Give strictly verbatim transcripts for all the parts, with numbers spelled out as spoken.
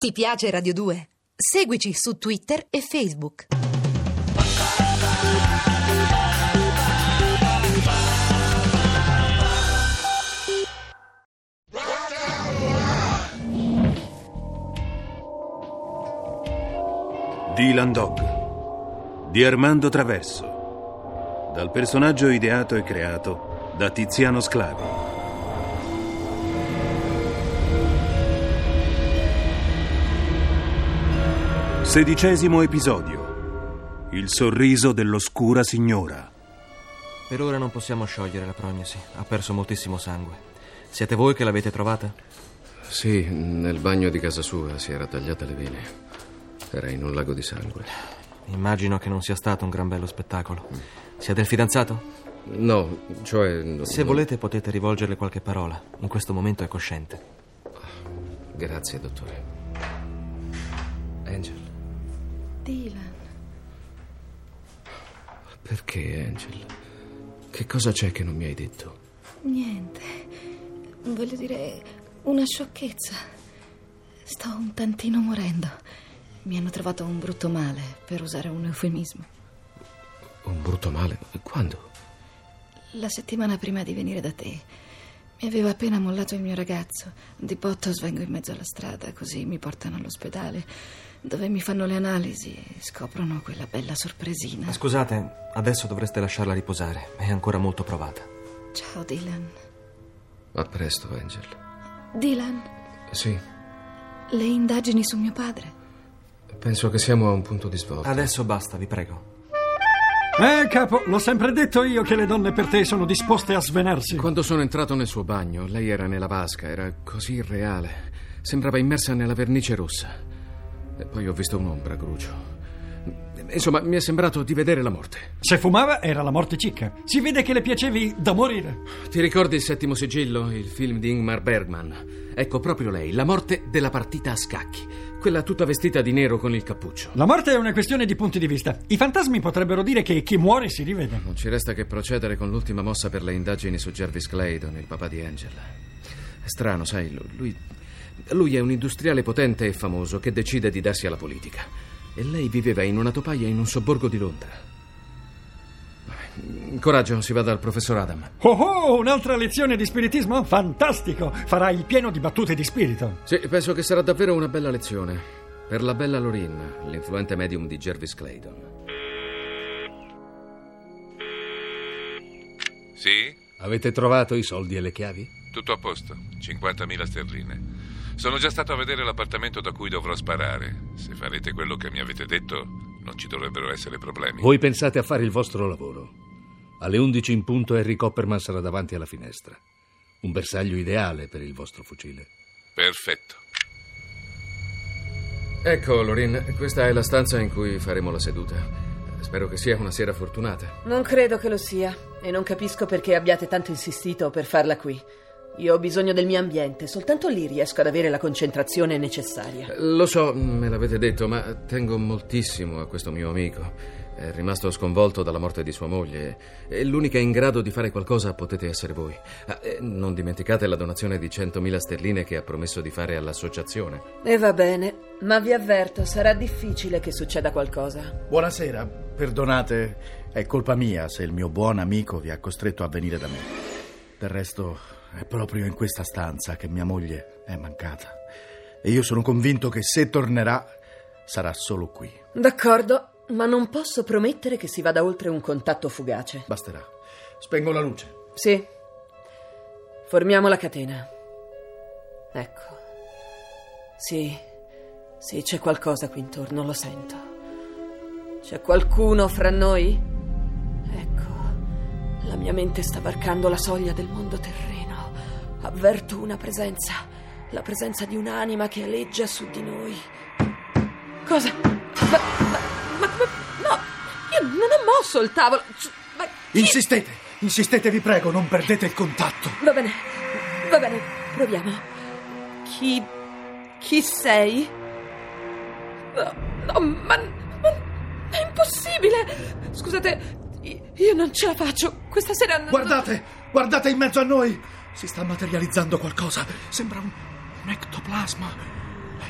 Ti piace Radio due? Seguici su Twitter e Facebook. Dylan Dog di Armando Traverso, dal personaggio ideato e creato da Tiziano Sclavi. Sedicesimo episodio. Il sorriso dell'oscura signora. Per ora non possiamo sciogliere la prognosi. Ha perso moltissimo sangue. Siete voi che l'avete trovata? Sì, nel bagno di casa sua si era tagliata le vene. Era in un lago di sangue. Immagino che non sia stato un gran bello spettacolo. Siete il fidanzato? No, cioè... No, Se no. volete potete rivolgerle qualche parola. In questo momento è cosciente. Grazie, dottore. Angel. Dylan. Perché, Angel? Che cosa c'è che non mi hai detto? Niente. Voglio dire, una sciocchezza. Sto un tantino morendo. Mi hanno trovato un brutto male, per usare un eufemismo. Un brutto male? Quando? La settimana prima di venire da te. Mi aveva appena mollato il mio ragazzo. Di botto svengo in mezzo alla strada, così mi portano all'ospedale, dove mi fanno le analisi e scoprono quella bella sorpresina. Ma scusate, adesso dovreste lasciarla riposare. È ancora molto provata. Ciao, Dylan. A presto, Angel. Dylan? Sì, Le indagini su mio padre? penso che siamo a un punto di svolta. Adesso basta, vi prego. Eh, capo, l'ho sempre detto io che le donne per te sono disposte a svenarsi. Quando sono entrato nel suo bagno, lei era nella vasca, era così irreale. Sembrava immersa nella vernice rossa. E poi ho visto un'ombra, Grucio. Insomma, mi è sembrato di vedere la morte. Se fumava era la morte cicca. Si vede che le piacevi da morire. Ti ricordi Il settimo sigillo, il film di Ingmar Bergman? Ecco, proprio lei, la morte della partita a scacchi. Quella tutta vestita di nero con il cappuccio. La morte è una questione di punti di vista. I fantasmi potrebbero dire che chi muore si rivede. Non ci resta che procedere con l'ultima mossa per le indagini su Jervis Claydon, il papà di Angel. È strano, sai, lui... Lui è un industriale potente e famoso che decide di darsi alla politica. E lei viveva in una topaia in un sobborgo di Londra. Coraggio, si va dal professor Adam. Oh oh, un'altra lezione di spiritismo? Fantastico! Farai il pieno di battute di spirito. Sì, penso che sarà davvero una bella lezione. Per la bella Lorin, l'influente medium di Jervis Claydon. Sì? Avete trovato i soldi e le chiavi? Tutto a posto, cinquantamila sterline. Sono già stato a vedere l'appartamento da cui dovrò sparare. Se farete quello che mi avete detto, non ci dovrebbero essere problemi. Voi pensate a fare il vostro lavoro. Alle undici in punto Harry Copperman sarà davanti alla finestra. Un bersaglio ideale per il vostro fucile. Perfetto. Ecco, Lorin, questa è la stanza in cui faremo la seduta. Spero che sia una sera fortunata. Non credo che lo sia, e non capisco perché abbiate tanto insistito per farla qui. Io ho bisogno del mio ambiente, soltanto lì riesco ad avere la concentrazione necessaria. Lo so, me l'avete detto, ma tengo moltissimo a questo mio amico. È rimasto sconvolto dalla morte di sua moglie e l'unica in grado di fare qualcosa potete essere voi. Ah, non dimenticate la donazione di centomila sterline che ha promesso di fare all'associazione. E va bene, ma vi avverto, sarà difficile che succeda qualcosa. Buonasera, perdonate, è colpa mia se il mio buon amico vi ha costretto a venire da me. Del resto è proprio in questa stanza che mia moglie è mancata e io sono convinto che se tornerà sarà solo qui. D'accordo, ma non posso promettere che si vada oltre un contatto fugace. Basterà. Spengo la luce. Sì. Formiamo la catena. Ecco. Sì, sì, c'è qualcosa qui intorno, lo sento. C'è qualcuno fra noi? Ecco, la mia mente sta varcando la soglia del mondo terreno. Avverto una presenza, la presenza di un'anima che aleggia su di noi. Cosa? Ma, ma, ma, ma no, io non ho mosso il tavolo. Ma chi... Insistete, insistete, vi prego, non perdete il contatto. Va bene, va bene, proviamo. Chi... chi sei? No, no, ma, ma è impossibile. Scusate, io non ce la faccio. Questa sera... Non... Guardate, guardate in mezzo a noi. Si sta materializzando qualcosa. Sembra un, un ectoplasma. È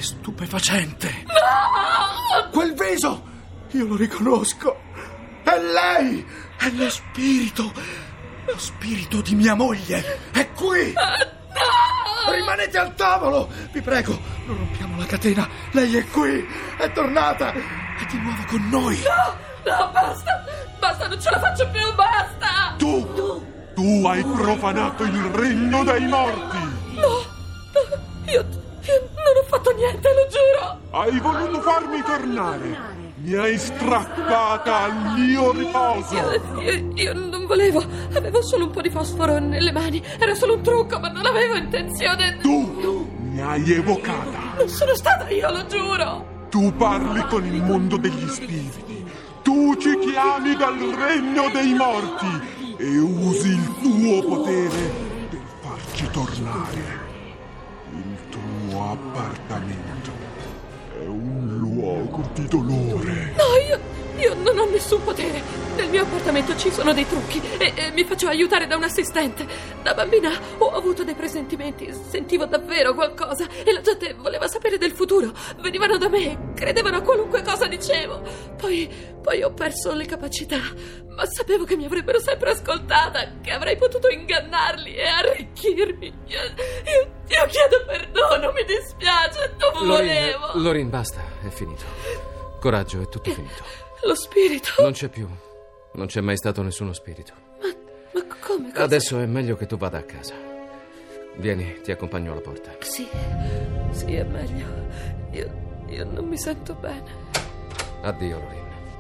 È stupefacente. No! Quel viso, io lo riconosco. È lei! È lo spirito! Lo spirito di mia moglie! È qui! No! Rimanete al tavolo! Vi prego, non rompiamo la catena! Lei è qui! È tornata! È di nuovo con noi! No! No, basta! Basta, non ce la faccio più, basta! Tu! Tu, tu hai profanato il regno dei morti! No! No! Io... io non ho fatto niente, lo giuro! Hai voluto farmi tornare! Mi hai strappata al mio riposo! Io, io, io non volevo, avevo solo un po' di fosforo nelle mani, era solo un trucco, ma non avevo intenzione. Tu, tu mi hai evocata! Non sono stata io, lo giuro! Tu parli con il mondo degli spiriti, tu ci chiami dal regno dei morti e usi il tuo potere per farci tornare. Il tuo appartamento è un luogo di dolore. No, io, io non ho nessun potere. Nel mio appartamento ci sono dei trucchi e, e mi faccio aiutare da un assistente. Da bambina ho avuto dei presentimenti, sentivo davvero qualcosa e la gente voleva sapere del futuro. Venivano da me, credevano a qualunque cosa dicevo. Poi, poi ho perso le capacità, ma sapevo che mi avrebbero sempre ascoltata, che avrei potuto ingannarli e arricchirmi. Io, io, io chiedo perdono, mi dispiace, non Lorin, volevo. Lorin, basta, è finito. Coraggio, è tutto finito. Lo spirito? Non c'è più. Non c'è mai stato nessuno spirito. Ma, ma come? Cosa? Adesso è meglio che tu vada a casa. Vieni, ti accompagno alla porta. Sì, sì, è meglio. Io, io non mi sento bene. Addio, Lorin.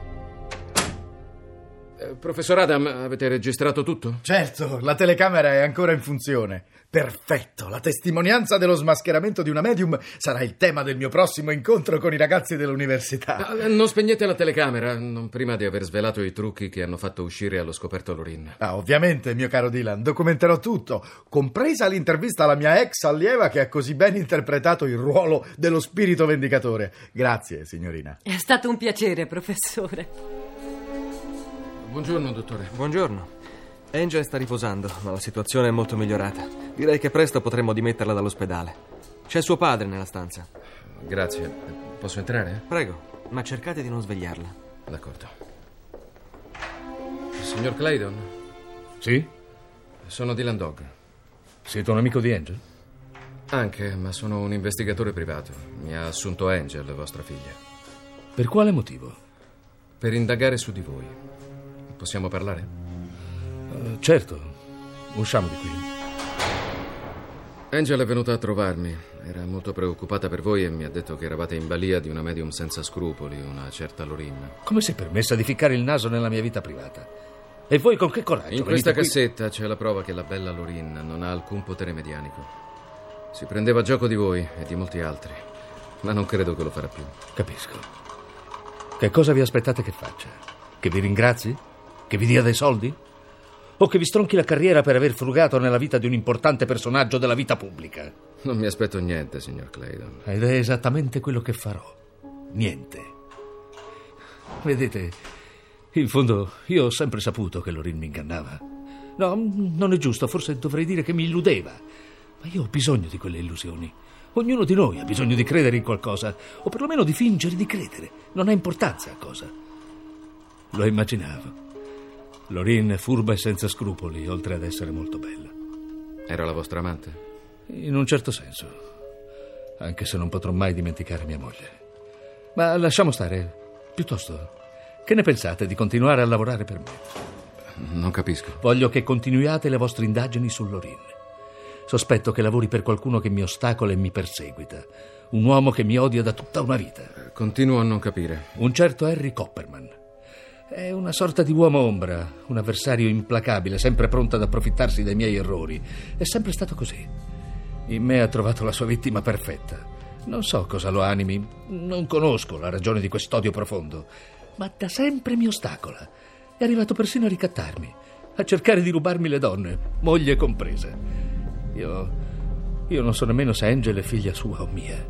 Eh, professor Adam, avete registrato tutto? Certo, la telecamera è ancora in funzione. Perfetto, la testimonianza dello smascheramento di una medium sarà il tema del mio prossimo incontro con i ragazzi dell'università. Ah, non spegnete la telecamera, non prima di aver svelato i trucchi che hanno fatto uscire allo scoperto Lorin. Ah, ovviamente, mio caro Dylan, documenterò tutto, compresa l'intervista alla mia ex allieva che ha così ben interpretato il ruolo dello spirito vendicatore. Grazie, signorina. È stato un piacere, professore. Buongiorno, dottore. Buongiorno. Angel sta riposando, ma la situazione è molto migliorata. Direi che presto potremmo dimetterla dall'ospedale. C'è suo padre nella stanza. Grazie. Posso entrare? Prego, ma cercate di non svegliarla. D'accordo. Signor Claydon? Sì? Sono Dylan Dog. Siete un amico di Angel? Anche, ma sono un investigatore privato. Mi ha assunto Angel, vostra figlia. Per quale motivo? Per indagare su di voi. Possiamo parlare? Uh, certo, usciamo di qui. Angel è venuta a trovarmi. Era molto preoccupata per voi e mi ha detto che eravate in balia di una medium senza scrupoli, una certa Lorin. Come si è permessa di ficcare il naso nella mia vita privata? E voi con che coraggio? In questa qui? cassetta c'è la prova che la bella Lorin non ha alcun potere medianico. Si prendeva gioco di voi e di molti altri, ma non credo che lo farà più. Capisco. Che cosa vi aspettate che faccia? Che vi ringrazi? Che vi dia dei soldi? O che vi stronchi la carriera per aver frugato nella vita di un importante personaggio della vita pubblica? Non mi aspetto niente, signor Claydon. Ed è esattamente quello che farò. Niente. Vedete, in fondo, io ho sempre saputo che Lorin mi ingannava. No, non è giusto, forse dovrei dire che mi illudeva. Ma io ho bisogno di quelle illusioni. Ognuno di noi ha bisogno di credere in qualcosa, o perlomeno di fingere di credere. Non ha importanza a cosa. Lo immaginavo. Lorin è furba e senza scrupoli, oltre ad essere molto bella. Era la vostra amante? In un certo senso, anche se non potrò mai dimenticare mia moglie. Ma lasciamo stare. Piuttosto, che ne pensate di continuare a lavorare per me? Non capisco. Voglio che continuiate le vostre indagini su Lorin. Sospetto che lavori per qualcuno che mi ostacola e mi perseguita. Un uomo che mi odia da tutta una vita. Continuo a non capire. Un certo Harry Copperman. È una sorta di uomo ombra, un avversario implacabile, sempre pronto ad approfittarsi dei miei errori. È sempre stato così. In me ha trovato la sua vittima perfetta. Non so cosa lo animi, non conosco la ragione di quest'odio profondo, ma da sempre mi ostacola. È arrivato persino a ricattarmi, a cercare di rubarmi le donne, moglie compresa. Io... io non so nemmeno se Angel è figlia sua o mia.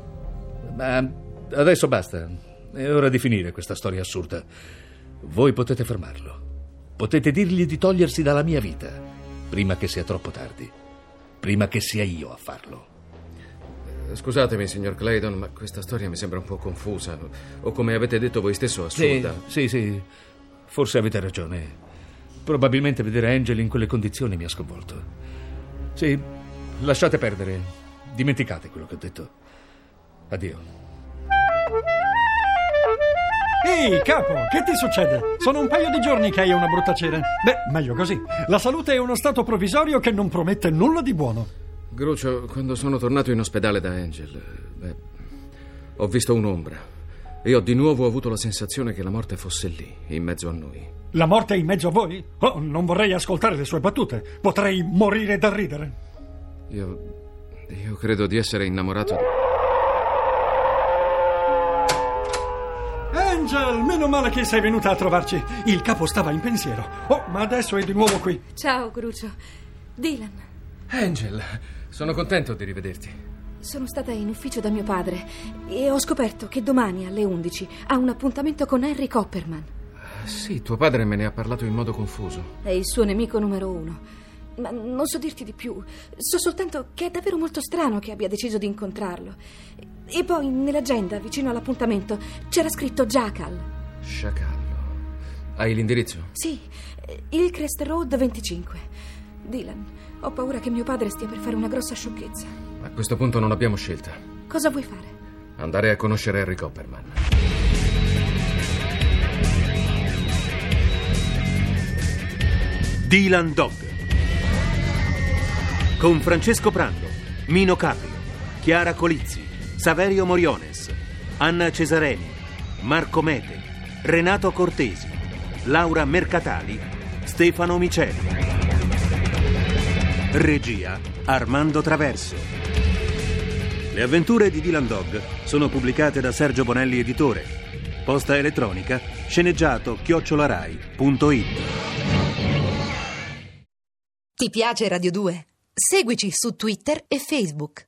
Ma adesso basta. È ora di finire questa storia assurda. Voi potete fermarlo. Potete dirgli di togliersi dalla mia vita, prima che sia troppo tardi, prima che sia io a farlo. Scusatemi, signor Claydon, ma questa storia mi sembra un po' confusa. O come avete detto voi stesso, assurda. Sì, sì, sì. Forse avete ragione. Probabilmente vedere Angel in quelle condizioni mi ha sconvolto. Sì, lasciate perdere. Dimenticate quello che ho detto. Addio. Ehi, capo, che ti succede? Sono un paio di giorni che hai una brutta cera. Beh, meglio così. La salute è uno stato provvisorio che non promette nulla di buono. Grucio, quando sono tornato in ospedale da Angel, beh, ho visto un'ombra e ho di nuovo avuto la sensazione che la morte fosse lì, in mezzo a noi. La morte è in mezzo a voi? Oh, non vorrei ascoltare le sue battute. Potrei morire da ridere. Io... io credo di essere innamorato di... Angel, meno male che sei venuta a trovarci. Il capo stava in pensiero. Oh, ma adesso è di nuovo qui. Ciao, Grucio. Dylan. Angel, sono contento di rivederti. Sono stata in ufficio da mio padre e ho scoperto che domani alle undici ha un appuntamento con Harry Copperman. Sì, tuo padre me ne ha parlato in modo confuso. È il suo nemico numero uno. Ma non so dirti di più. So soltanto che è davvero molto strano che abbia deciso di incontrarlo. E poi nell'agenda, vicino all'appuntamento, c'era scritto Jackal. Sciacallo. Hai l'indirizzo? Sì, Hillcrest Road venticinque. Dylan, ho paura che mio padre stia per fare una grossa sciocchezza. A questo punto non abbiamo scelta. Cosa vuoi fare? Andare a conoscere Harry Copperman. Dylan Dog con Francesco Prando, Mino Caprio, Chiara Colizzi, Saverio Moriones, Anna Cesareni, Marco Mete, Renato Cortesi, Laura Mercatali, Stefano Miceli. Regia Armando Traverso. Le avventure di Dylan Dog sono pubblicate da Sergio Bonelli Editore. Posta elettronica sceneggiato chiocciolarai punto it. Ti piace Radio due? Seguici su Twitter e Facebook.